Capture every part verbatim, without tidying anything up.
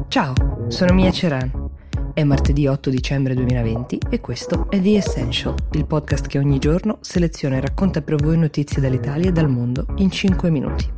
Ciao, sono Mia Ceran. È martedì otto dicembre duemilaventi e questo è The Essential, il podcast che ogni giorno seleziona e racconta per voi notizie dall'Italia e dal mondo in cinque minuti.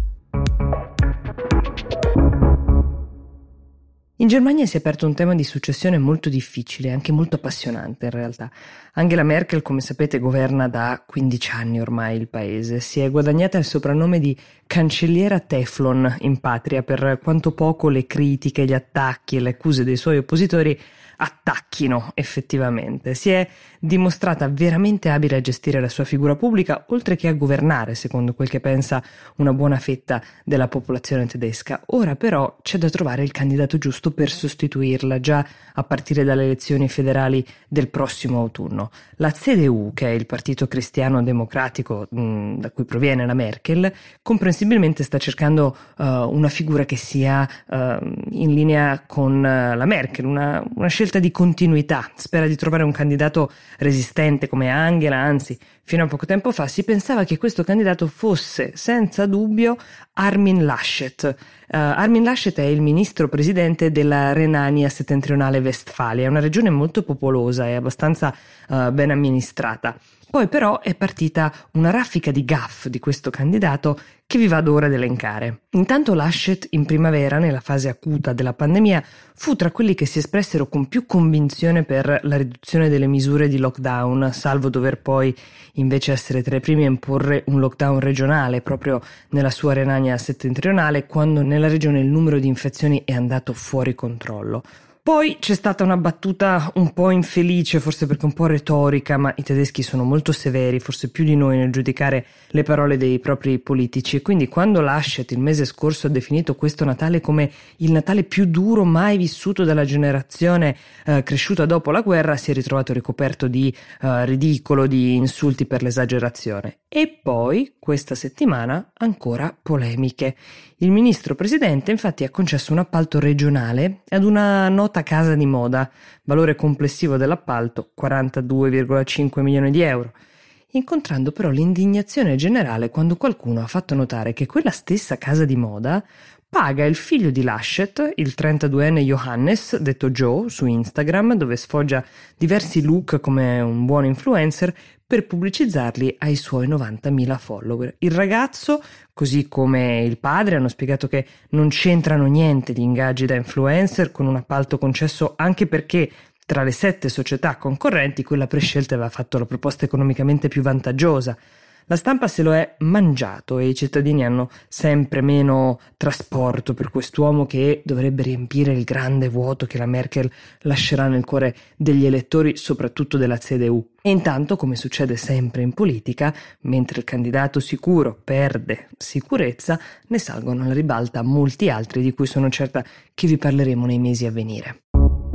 In Germania si è aperto un tema di successione molto difficile, anche molto appassionante in realtà. Angela Merkel, come sapete, governa da quindici anni ormai il paese. Si è guadagnata il soprannome di cancelliera Teflon in patria per quanto poco le critiche, gli attacchi e le accuse dei suoi oppositori attacchino effettivamente. Si è dimostrata veramente abile a gestire la sua figura pubblica, oltre che a governare, secondo quel che pensa una buona fetta della popolazione tedesca. Ora però c'è da trovare il candidato giusto per sostituirla, già a partire dalle elezioni federali del prossimo autunno. La C D U, che è il partito cristiano democratico mh, da cui proviene la Merkel, comprensibilmente sta cercando uh, una figura che sia uh, in linea con uh, la Merkel, una, una scelta di continuità. Spera di trovare un candidato resistente come Angela, anzi, fino a poco tempo fa si pensava che questo candidato fosse senza dubbio Armin Laschet. Uh, Armin Laschet è il ministro presidente della Renania Settentrionale-Vestfalia, una regione molto popolosa e abbastanza uh, ben amministrata. Poi però è partita una raffica di gaffe di questo candidato che vi vado ora ad elencare. Intanto Laschet in primavera, nella fase acuta della pandemia, fu tra quelli che si espressero con più convinzione per la riduzione delle misure di lockdown, salvo dover poi invece essere tra i primi a imporre un lockdown regionale proprio nella sua Renania settentrionale, quando nella regione il numero di infezioni è andato fuori controllo. Poi c'è stata una battuta un po' infelice, forse perché un po' retorica, ma i tedeschi sono molto severi, forse più di noi nel giudicare le parole dei propri politici, e quindi quando Laschet il mese scorso ha definito questo Natale come il Natale più duro mai vissuto dalla generazione eh, cresciuta dopo la guerra, si è ritrovato ricoperto di eh, ridicolo, di insulti per l'esagerazione. E poi, questa settimana, ancora polemiche. Il ministro presidente infatti ha concesso un appalto regionale ad una nota casa di moda, valore complessivo dell'appalto quarantadue virgola cinque milioni di euro, incontrando però l'indignazione generale quando qualcuno ha fatto notare che quella stessa casa di moda paga il figlio di Laschet, il trentaduenne Johannes, detto Joe, su Instagram, dove sfoggia diversi look come un buon influencer, per pubblicizzarli ai suoi novantamila follower. Il ragazzo, così come il padre, hanno spiegato che non c'entrano niente di ingaggi da influencer con un appalto concesso anche perché tra le sette società concorrenti quella prescelta aveva fatto la proposta economicamente più vantaggiosa. La stampa se lo è mangiato e i cittadini hanno sempre meno trasporto per quest'uomo che dovrebbe riempire il grande vuoto che la Merkel lascerà nel cuore degli elettori, soprattutto della C D U. E intanto, come succede sempre in politica, mentre il candidato sicuro perde sicurezza, ne salgono alla ribalta molti altri di cui sono certa che vi parleremo nei mesi a venire.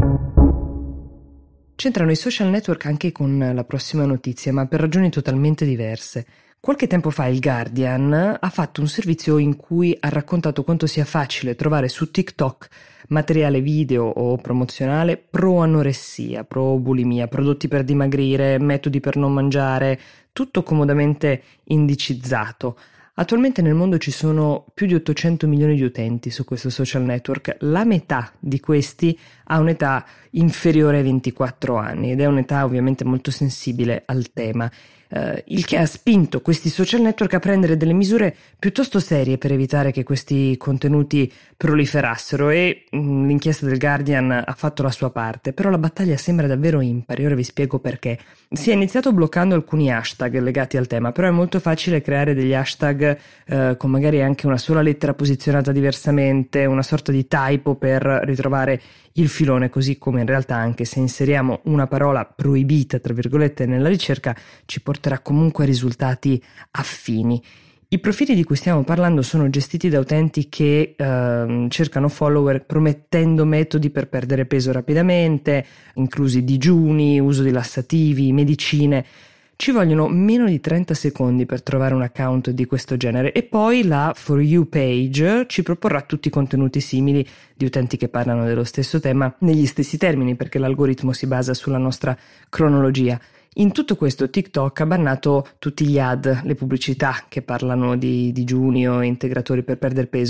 C'entrano i social network anche con la prossima notizia, ma per ragioni totalmente diverse. Qualche tempo fa il Guardian ha fatto un servizio in cui ha raccontato quanto sia facile trovare su TikTok materiale video o promozionale pro anoressia, pro bulimia, prodotti per dimagrire, metodi per non mangiare, tutto comodamente indicizzato. Attualmente nel mondo ci sono più di ottocento milioni di utenti su questo social network, la metà di questi ha un'età inferiore ai ventiquattro anni ed è un'età ovviamente molto sensibile al tema. Uh, il che ha spinto questi social network a prendere delle misure piuttosto serie per evitare che questi contenuti proliferassero e mh, l'inchiesta del Guardian ha fatto la sua parte, però la battaglia sembra davvero impari. Ora vi spiego perché. Si è iniziato bloccando alcuni hashtag legati al tema, però è molto facile creare degli hashtag uh, con magari anche una sola lettera posizionata diversamente, una sorta di typo per ritrovare il filone, così come in realtà anche se inseriamo una parola proibita tra virgolette nella ricerca ci porterà comunque a risultati affini. I profili di cui stiamo parlando sono gestiti da utenti che eh, cercano follower promettendo metodi per perdere peso rapidamente, inclusi digiuni, uso di lassativi, medicine. Ci vogliono meno di trenta secondi per trovare un account di questo genere e poi la For You page ci proporrà tutti i contenuti simili di utenti che parlano dello stesso tema negli stessi termini, perché l'algoritmo si basa sulla nostra cronologia. In tutto questo TikTok ha bannato tutti gli ad, le pubblicità che parlano di digiuni o integratori per perdere peso,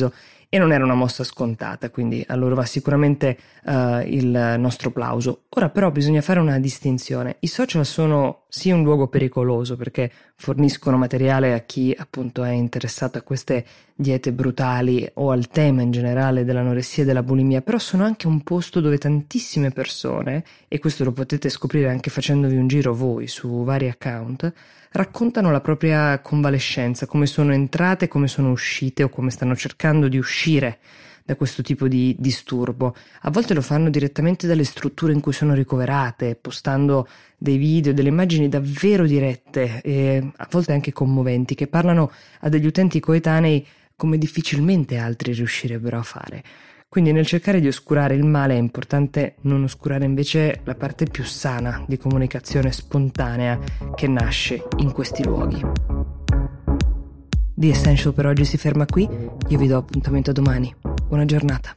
e non era una mossa scontata, quindi a loro va sicuramente uh, il nostro plauso. Ora però bisogna fare una distinzione: i social sono sì un luogo pericoloso perché forniscono materiale a chi appunto è interessato a queste diete brutali o al tema in generale dell'anoressia e della bulimia, però sono anche un posto dove tantissime persone, e questo lo potete scoprire anche facendovi un giro voi su vari account, raccontano la propria convalescenza, come sono entrate, come sono uscite o come stanno cercando di uscire da questo tipo di disturbo. A volte lo fanno direttamente dalle strutture in cui sono ricoverate, postando dei video, delle immagini davvero dirette e a volte anche commoventi, che parlano a degli utenti coetanei come difficilmente altri riuscirebbero a fare. Quindi nel cercare di oscurare il male è importante non oscurare invece la parte più sana di comunicazione spontanea che nasce in questi luoghi. The Essential per oggi si ferma qui, io vi do appuntamento a domani. Buona giornata.